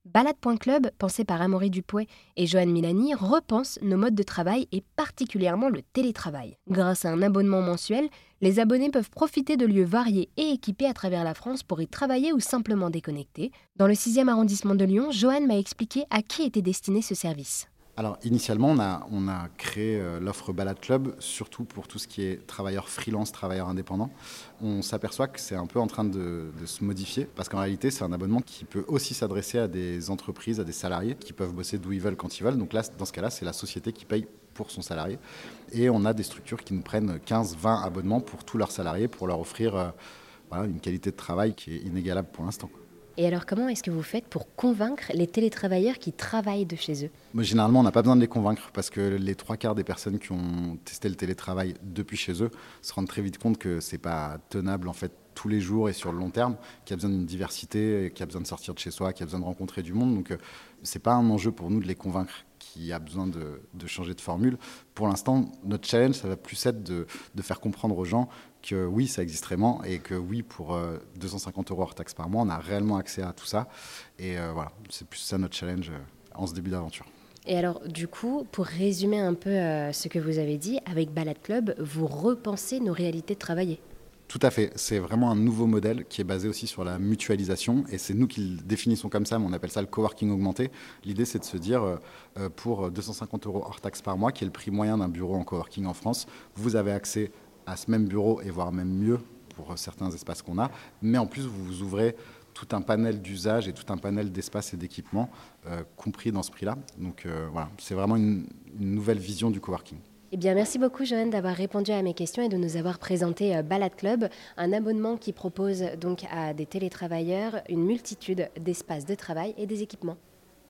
Balade.club, pensé par Amaury Dupouet et Joanne Milani, repense nos modes de travail et particulièrement le télétravail. Grâce à un abonnement mensuel, les abonnés peuvent profiter de lieux variés et équipés à travers la France pour y travailler ou simplement déconnecter. Dans le 6e arrondissement de Lyon, Joanne m'a expliqué à qui était destiné ce service. Alors initialement, on a créé l'offre Balade Club, surtout pour tout ce qui est travailleurs freelance, travailleurs indépendants. On s'aperçoit que c'est un peu en train de se modifier, parce qu'en réalité, c'est un abonnement qui peut aussi s'adresser à des entreprises, à des salariés, qui peuvent bosser d'où ils veulent, quand ils veulent. Donc là, dans ce cas-là, c'est la société qui paye pour son salarié. Et on a des structures qui nous prennent 15-20 abonnements pour tous leurs salariés, pour leur offrir voilà, une qualité de travail qui est inégalable pour l'instant. Et alors comment est-ce que vous faites pour convaincre les télétravailleurs qui travaillent de chez eux ? Mais généralement, on n'a pas besoin de les convaincre parce que les 3/4 des personnes qui ont testé le télétravail depuis chez eux se rendent très vite compte que c'est pas tenable en fait tous les jours et sur le long terme, qu'il y a besoin d'une diversité, qu'il y a besoin de sortir de chez soi, qu'il y a besoin de rencontrer du monde. Donc c'est pas un enjeu pour nous de les convaincre qu'il y a besoin de changer de formule. Pour l'instant, notre challenge, ça va plus être de faire comprendre aux gens que oui, ça existe vraiment et que oui, pour 250 € hors taxe par mois, on a réellement accès à tout ça. Et voilà, c'est plus ça notre challenge en ce début d'aventure. Et alors, du coup, pour résumer un peu ce que vous avez dit, avec Balade Club, vous repensez nos réalités de travailler. Tout à fait. C'est vraiment un nouveau modèle qui est basé aussi sur la mutualisation. Et c'est nous qui le définissons comme ça, mais on appelle ça le coworking augmenté. L'idée, c'est de se dire, pour 250 € hors taxe par mois, qui est le prix moyen d'un bureau en coworking en France, vous avez accès à ce même bureau et voire même mieux pour certains espaces qu'on a. Mais en plus, vous vous ouvrez tout un panel d'usages et tout un panel d'espaces et d'équipements compris dans ce prix-là. Donc voilà, c'est vraiment une nouvelle vision du coworking. Eh bien, merci beaucoup, Joanne, d'avoir répondu à mes questions et de nous avoir présenté Balade Club, un abonnement qui propose donc à des télétravailleurs une multitude d'espaces de travail et des équipements.